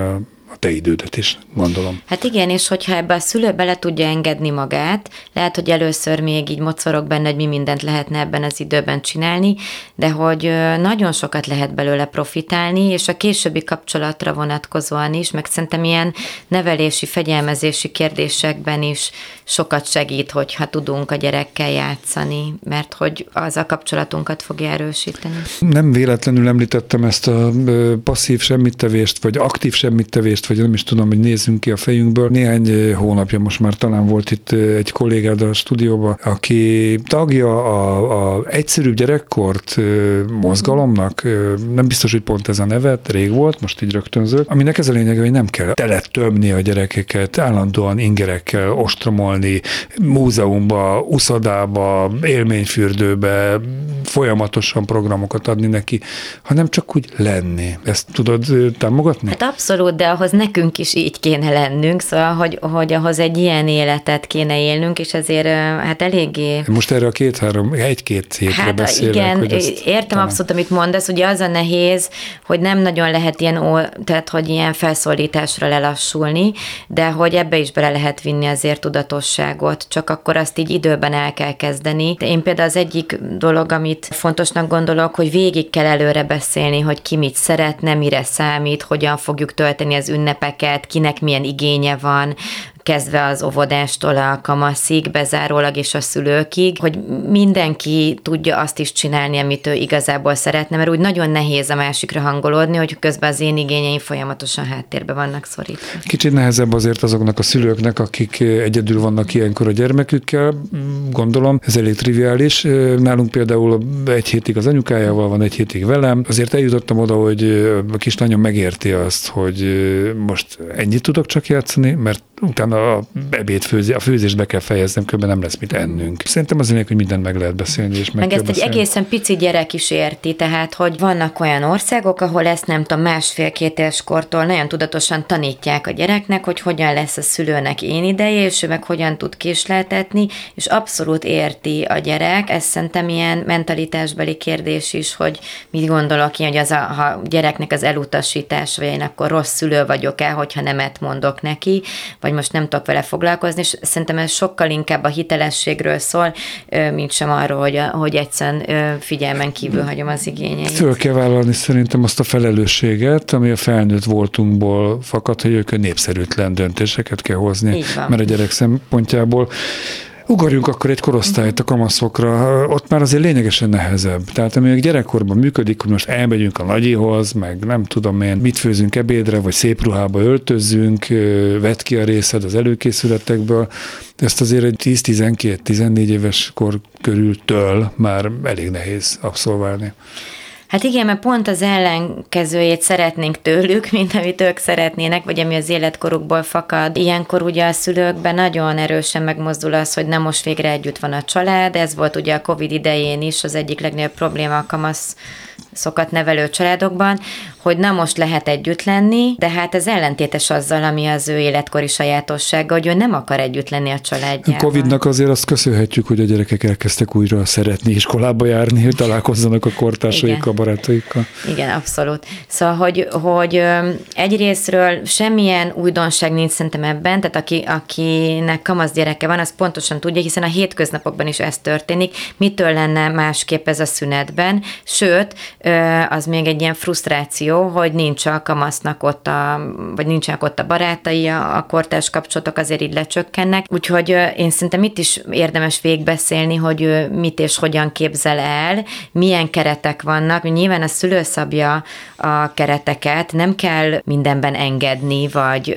a te idődet is, gondolom. Hát igen, és hogyha ebbe a szülő bele tudja engedni magát, lehet, hogy először még így mocorog benne, hogy mi mindent lehetne ebben az időben csinálni, de hogy nagyon sokat lehet belőle profitálni, és a későbbi kapcsolatra vonatkozóan is, meg szerintem ilyen nevelési, fegyelmezési kérdésekben is sokat segít, hogyha tudunk a gyerekkel játszani, mert hogy az a kapcsolatunkat fogja erősíteni. Nem véletlenül említettem ezt a passzív semmittevést, vagy aktív semmittevést, vagy nem is tudom, hogy nézzünk ki a fejünkből. Néhány hónapja most már talán volt itt egy kollégád a stúdióban, aki tagja a egyszerűbb gyerekkort mozgalomnak, nem biztos, hogy pont ez a neve, rég volt, most így rögtönzött, aminek ez a lényege, hogy nem kell teletömni a gyerekeket, állandóan ingerekkel ostromolni, múzeumba, uszodába, élményfürdőbe, folyamatosan programokat adni neki, hanem csak úgy lenni. Ezt tudod támogatni? Hát abszolút, de ahhoz nekünk is így kéne lennünk, szóval, hogy ahhoz egy ilyen életet kéne élnünk, és ezért hát eléggé... Most erre a egy-két hétre beszélek. Igen, értem abszolút, amit mondasz, ugye az a nehéz, hogy nem nagyon lehet tehát hogy ilyen felszólításra lelassulni, de hogy ebbe is bele lehet vinni azért tudatosságot, csak akkor azt így időben el kell kezdeni. Én például az egyik dolog, amit fontosnak gondolok, hogy végig kell előre beszélni, hogy ki mit szeretne, mire számít, hogyan fogjuk tölteni az ünnepeket, kinek milyen igénye van, kezdve az óvodástól a kamaszig, bezárólag és a szülőkig, hogy mindenki tudja azt is csinálni, amit ő igazából szeretne, mert úgy nagyon nehéz a másikra hangolódni, hogy közben az én igényeim folyamatosan háttérbe vannak szorítva. Kicsit nehezebb azért azoknak a szülőknek, akik egyedül vannak ilyenkor a gyermekükkel, gondolom, ez elég triviális. Nálunk például egy hétig az anyukájával van, egy hétig velem. Azért eljutottam oda, hogy a kislányom megérti azt, hogy most ennyit tudok csak játszani, mert utána a főzést be kell fejeznem, különben nem lesz mit ennünk. Szerintem az lényeg, hogy mindent meg lehet beszélni, és meg ezt egy egészen pici gyerek is érti, tehát, hogy vannak olyan országok, ahol ezt nem tudom, 1,5-2 éves kortól nagyon tudatosan tanítják a gyereknek, hogy hogyan lesz a szülőnek én ideje, és ő meg hogyan tud késleltetni, és abszolút érti a gyerek. Ez szerintem ilyen mentalitásbeli kérdés is, hogy mit gondolok én, hogy ha a gyereknek az elutasítás, vagy én akkor rossz szülő vagyok-e, hogyha nemet mondok neki, vagy most nem tudok vele foglalkozni, és szerintem ez sokkal inkább a hitelességről szól, mint sem arról, hogy egyszerűen figyelmen kívül hagyom az igényeit. Föl kell vállalni szerintem azt a felelősséget, ami a felnőtt voltunkból fakad, hogy ők népszerűtlen döntéseket kell hozni, mert a gyerek szempontjából. Ugorjunk akkor egy korosztályt a kamaszokra, ott már azért lényegesen nehezebb. Tehát amíg gyerekkorban működik, hogy most elmegyünk a nagyihoz, meg nem tudom én, mit főzünk ebédre, vagy szép ruhába öltözzünk, vedd ki a részed az előkészületekből. Ezt azért egy 10-12-14 éves kor körültől már elég nehéz abszolválni. Hát igen, mert pont az ellenkezőjét szeretnénk tőlük, mint amit ők szeretnének, vagy ami az életkorukból fakad. Ilyenkor ugye a szülőkben nagyon erősen megmozdul az, hogy nem most végre együtt van a család. Ez volt ugye a Covid idején is az egyik legnagyobb probléma a kamaszokat nevelő családokban, hogy na most lehet együtt lenni, de hát ez ellentétes azzal, ami az ő életkori sajátossága, hogy ő nem akar együtt lenni a családjával. A Covidnak azért azt köszönhetjük, hogy a gyerekek elkezdtek újra szeretni iskolába járni, hogy találkozzanak a kortársaikkal, barátaikkal. Igen, abszolút. Szóval, hogy egyrészről semmilyen újdonság nincs szerintem ebben, tehát akinek kamasz gyereke van, az pontosan tudja, hiszen a hétköznapokban is ez történik. Mitől lenne másképp ez a szünetben? Sőt, az még egy ilyen frusztráció, hogy nincs a kamasznak vagy nincsenek ott a barátai, a kortárs kapcsolatok azért így lecsökkennek. Úgyhogy én szerintem itt is érdemes végigbeszélni, hogy mit és hogyan képzel el, milyen keretek vannak. Nyilván a szülő szabja a kereteket, nem kell mindenben engedni, vagy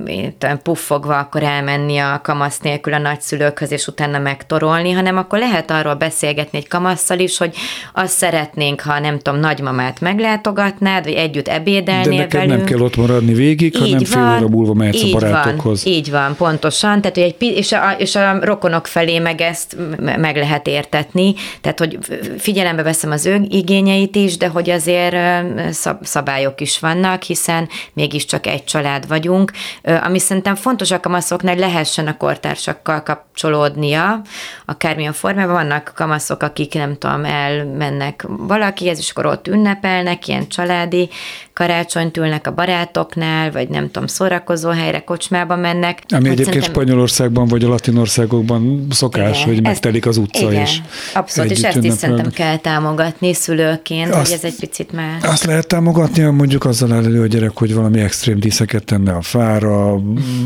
puffogva akkor elmenni a kamasz nélkül a nagyszülőkhöz, és utána megtorolni, hanem akkor lehet arról beszélgetni egy kamasszal is, hogy azt szeretnénk, ha nem tudom, nagymamát meglátogatnád, vagy együtt ebédelnél velünk. De neked nem kell ott maradni végig, így hanem fél óra múlva mehetsz a barátokhoz. Így van, pontosan. Tehát, hogy és a rokonok felé meg ezt meg lehet értetni. Tehát, hogy figyelembe veszem az ő igényeit is, de hogy azért szabályok is vannak, hiszen mégiscsak egy család vagyunk. Ami szerintem fontos a kamaszoknál, hogy lehessen a kortársakkal kapcsolódnia, akármilyen formában. Vannak kamaszok, akik nem tudom, elmennek valakihez, és akkor ott ünnepelnek, ilyen családi ünnepelni, karácsonyt ülnek a barátoknál, vagy nem tudom, szórakozó helyre, kocsmába mennek. Ami egyébként Spanyolországban vagy a latin országokban szokás, igen, hogy megtelik az utca, igen, és abszolút, és ezt is szerintem kell támogatni szülőként, hogy ez egy picit más. Azt lehet támogatni, mondjuk azzal áll elő a gyerek, hogy valami extrém díszeket tenne a fára,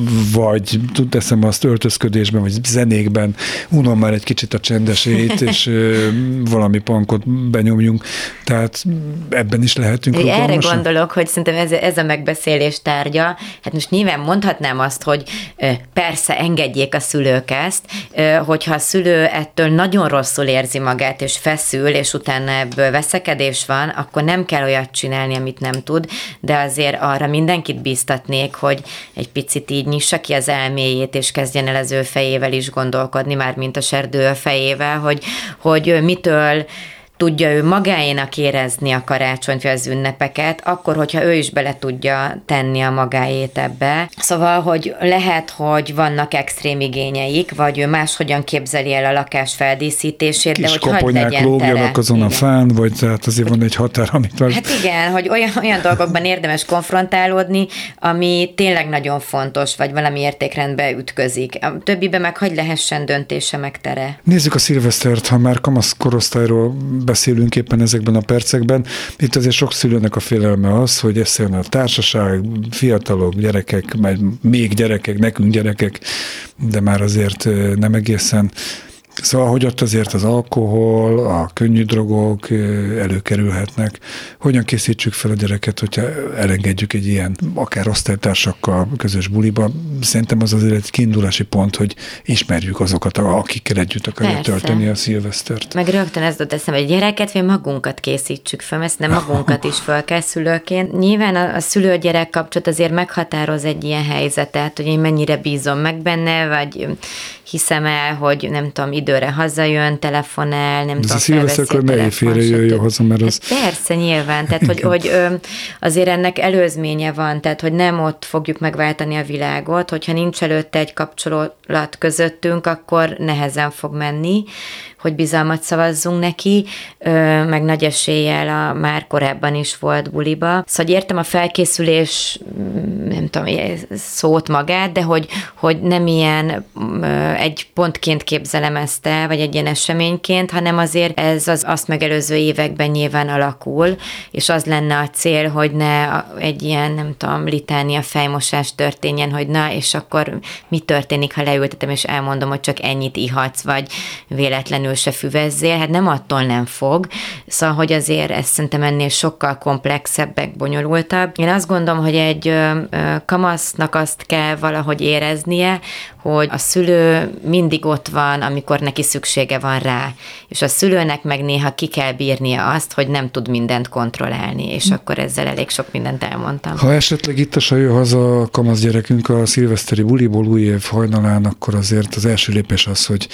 vagy teszem azt öltözködésben, vagy zenékben, unom már egy kicsit a csendesét, és valami punkot benyomjunk. Tehát ebben is lehetünk rugalmasak. Erre gondolok, hogy szerintem ez a megbeszélés tárgya. Hát most nyilván mondhatnám azt, hogy persze engedjék a szülők ezt, hogyha a szülő ettől nagyon rosszul érzi magát, és feszül, és utána ebből veszekedés van, akkor nem kell olyat csinálni, amit nem tud, de azért arra mindenkit bíztatnék, hogy egy picit így nyissa ki az elméjét, és kezdjen el az ő fejével is gondolkodni, már mint a serdő a fejével, hogy mitől tudja ő magáénak érezni a karácsonyt, vagy az ünnepeket, akkor, hogyha ő is bele tudja tenni a magáét ebbe. Szóval, hogy lehet, hogy vannak extrém igényeik, vagy ő máshogyan képzeli el a lakás feldíszítését, de hogy hagyd legyen lógjanak azon igen. a fán, vagy tehát azért van egy határ, amit már... Hát igen, hogy olyan dolgokban érdemes konfrontálódni, ami tényleg nagyon fontos, vagy valami értékrendbe ütközik. A többiben meg hagy lehessen döntése meg tere. Nézzük a szilvesztert, ha már kamasz korosztályról beszélünk éppen ezekben a percekben. Itt azért sok szülőnek a félelme az, hogy egyszerűen a társaság, fiatalok, gyerekek, még gyerekek, nekünk gyerekek, de már azért nem egészen. Szóval, hogy ott azért az alkohol, a könnyű drogok előkerülhetnek. Hogyan készítsük fel a gyereket, hogyha elengedjük egy ilyen, akár osztálytársakkal közös buliba? Szerintem az azért egy kiindulási pont, hogy ismerjük azokat, akikkel együtt akarjuk tölteni a szilvesztert. Meg rögtön ez jutott eszembe, hogy gyereket, vagy magunkat készítsük fel, ezt nem magunkat is fel kell szülőként. Nyilván a szülő-gyerek kapcsolat azért meghatároz egy ilyen helyzetet, hogy én mennyire bízom meg benne, vagy hiszem el, hogy nem tudom, időre hazajön, telefonál, nem tudom, felveszi a telefon. Ne éjfélre jöjjön haza, mert az... Hát persze, nyilván, tehát hogy azért ennek előzménye van, tehát hogy nem ott fogjuk megváltani a világot, hogyha nincs előtte egy kapcsolat közöttünk, akkor nehezen fog menni, hogy bizalmat szavazzunk neki, meg nagy eséllyel már korábban is volt buliba. Szóval értem a felkészülés, nem tudom, szót magát, de hogy nem ilyen egy pontként képzelem ezt el, vagy egy ilyen eseményként, hanem azért ez az azt megelőző években nyilván alakul, és az lenne a cél, hogy ne egy ilyen, nem tudom, litánia fejmosás történjen, hogy na, és akkor mi történik, ha leültetem, és elmondom, hogy csak ennyit ihatsz, vagy véletlenül se füvezzél, hát nem attól nem fog. Szóval, hogy azért ez szerintem ennél sokkal komplexebbek, bonyolultabb. Én azt gondolom, hogy egy kamasznak azt kell valahogy éreznie, hogy a szülő mindig ott van, amikor neki szüksége van rá. És a szülőnek meg néha ki kell bírnia azt, hogy nem tud mindent kontrollálni, és akkor ezzel elég sok mindent elmondtam. Ha esetleg itt a sajő haza a kamasz gyerekünk a szilveszteri buliból új év hajnalán, akkor azért az első lépés az, hogy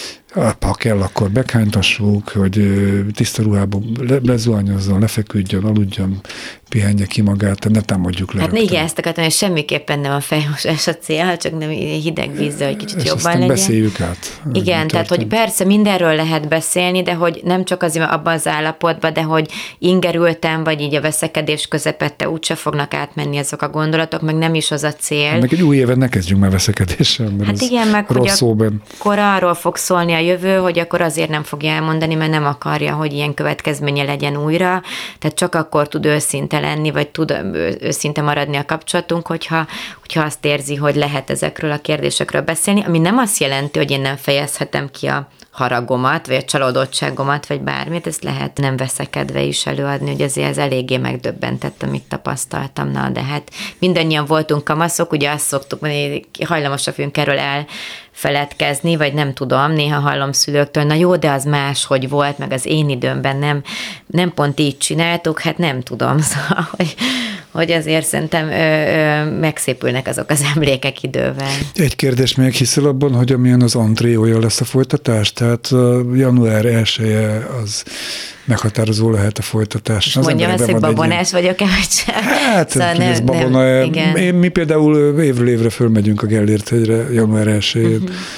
ha kell, akkor bekhánytassuk, hogy tiszta ruhába lezuhanyozzon, lefeküdjön, aludjon, pihenje ki magát, ne támadjuk le. Hát igen, ezt akartam, hogy semmiképpen nem a fejmosás a cél, csak nem hideg vízzel, hogy kicsit jobban legyen. Beszéljük át. Igen, tehát hogy persze mindenről lehet beszélni, de hogy nem csak azért abban az állapotban, de hogy ingerültem, vagy így a veszekedés közepette úgyse fognak átmenni azok a gondolatok, meg nem is az a cél. Meg egy új éven ne kezdjünk már veszekedéssel, mert hát igen, meg rossz szóban. Akkor arról fog szólni a jövő, hogy akkor azért nem fogja elmondani, mert nem akarja, hogy ilyen következménye legyen újra, tehát csak akkor tud őszinte lenni, vagy tud őszinte maradni a kapcsolatunk, hogyha azt érzi, hogy lehet ezekről a kérdésekről beszélni, ami nem azt jelenti, hogy én nem fejezhetem ki a haragomat, vagy a csalódottságomat, vagy bármit, ezt lehet nem veszekedve is előadni, hogy azért ez eléggé megdöbbentett, amit tapasztaltam. Na, de hát mindannyian voltunk kamaszok, ugye azt szoktuk mondani, hajlamosak vagyunk erről elfeledkezni, vagy nem tudom, néha hallom szülőktől, na jó, de az más, hogy volt, meg az én időmben nem pont így csináltuk, hát nem tudom, szóval, hogy azért szerintem megszépülnek azok az emlékek idővel. Egy kérdés még, hiszel abban, hogy amilyen az antré, olyan lesz a folytatás? Tehát január 1-e az meghatározó lehet a folytatás. Mondjam azt, hogy babonás vagyok-e, vagy sem? Hát, szóval ez babona. Mi például évről évre fölmegyünk a Gellért hegyre január 1-én.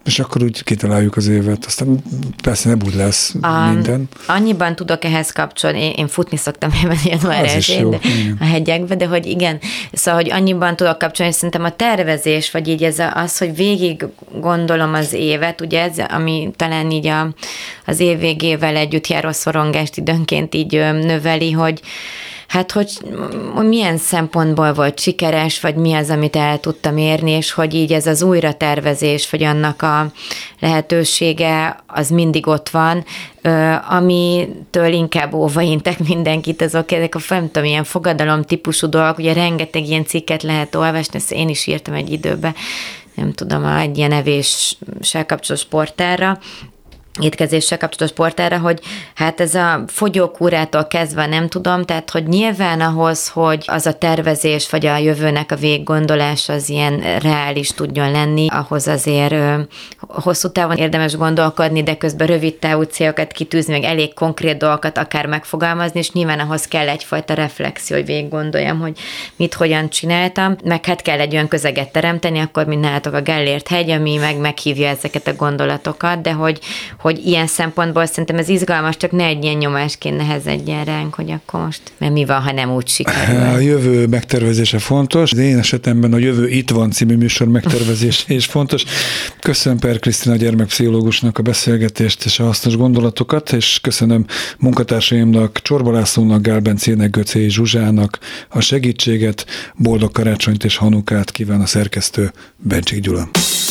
És akkor úgy kitaláljuk az évet, aztán persze nem úgy lesz minden. Annyiban tudok ehhez kapcsolni, én futni szoktam január 1-én a hegyekbe, de hogy igen, szóval, hogy annyiban tudok kapcsolni, szerintem a tervezés, vagy így ez az, hogy végig gondolom az évet, ugye ez, ami talán így az év végével együtt járó szorongást időnként így növeli, hogy hát, hogy milyen szempontból volt sikeres, vagy mi az, amit el tudtam érni, és hogy így ez az újratervezés, vagy annak a lehetősége, az mindig ott van, amitől inkább óvaintek mindenkit, ezek a nem tudom, ilyen fogadalom típusú dolgok, ugye rengeteg ilyen cikket lehet olvasni, ezt én is írtam egy időben, nem tudom, egy ilyen evéssel kapcsolatos sportára, étkezéssel kapcsolatos sportára, hogy hát ez a fogyókúrától kezdve nem tudom, tehát hogy nyilván ahhoz, hogy az a tervezés, vagy a jövőnek a véggondolás az ilyen reális tudjon lenni, ahhoz azért hosszú távon érdemes gondolkodni, de közben rövid távú célokat kitűzni, meg elég konkrét dolgokat akár megfogalmazni, és nyilván ahhoz kell egyfajta reflexió, hogy végiggondoljam, hogy mit, hogyan csináltam, meg hát kell egy olyan közeget teremteni, akkor mint nálatok a Gellért hegy, ami meghívja ezeket a gondolatokat, de hogy ilyen szempontból szerintem ez izgalmas, csak ne egy ilyen nyomásként nehezedjen ránk, hogy akkor most, mert mi van, ha nem úgy sikerül. A jövő megtervezése fontos. Az én esetemben a Jövő itt van című műsor megtervezése is fontos. Köszönöm Per Krisztina gyermekpszichológusnak a beszélgetést és a hasznos gondolatokat, és köszönöm munkatársaimnak, Csorba Lászlónak, Gál Bencének, Göcé Zsuzsának a segítséget, boldog karácsonyt és Hanukát kíván a szerkesztő Bencsik Gyula.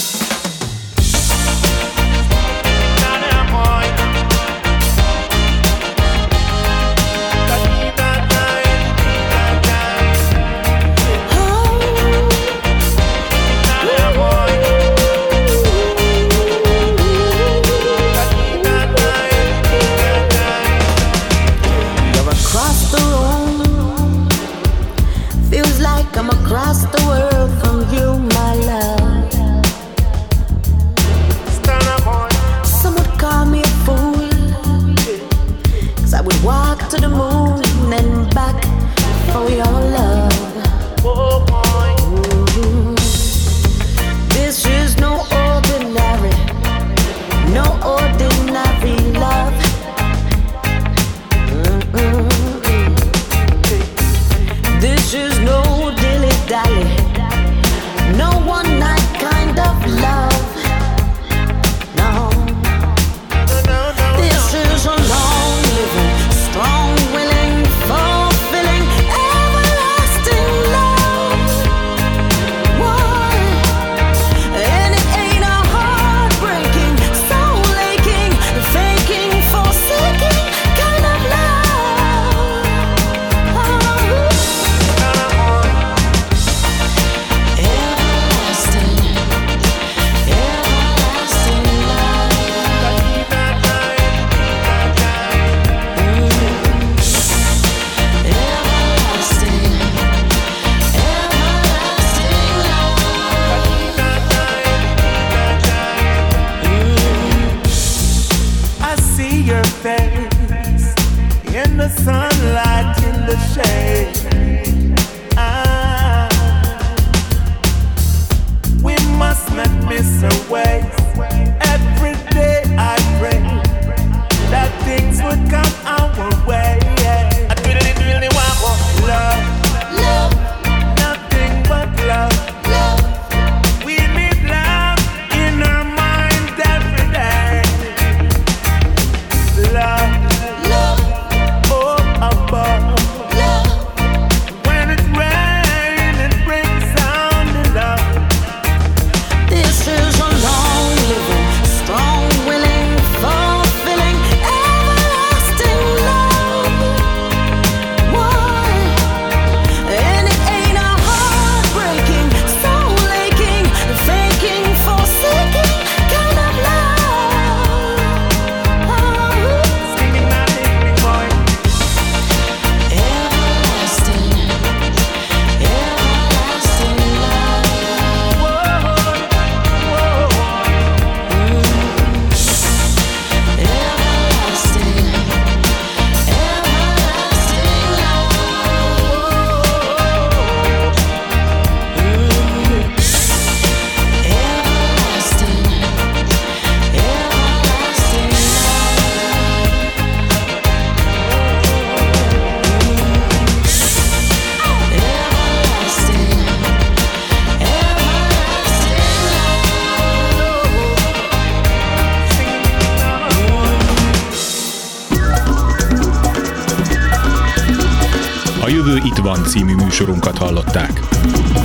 Across the world from you, my love. Some would call me a fool, 'cause I would walk to the moon and back for your love. This is no ordinary love. This is no dilly-dally, no one-night kind of love. No, this is a long-living, strong-willing, fulfilling, everlasting love. Why? And it ain't a heartbreaking, soul-aching, faking, forsaking kind of love. In the sunlight, in the shade, we must not miss our ways. Every day I pray that things would come our way. I really want love, love, nothing but love, love. We need love in our minds every day. Love. Strong, willing, fulfilling, everlasting love. A Jövő itt van című műsorunkat hallották.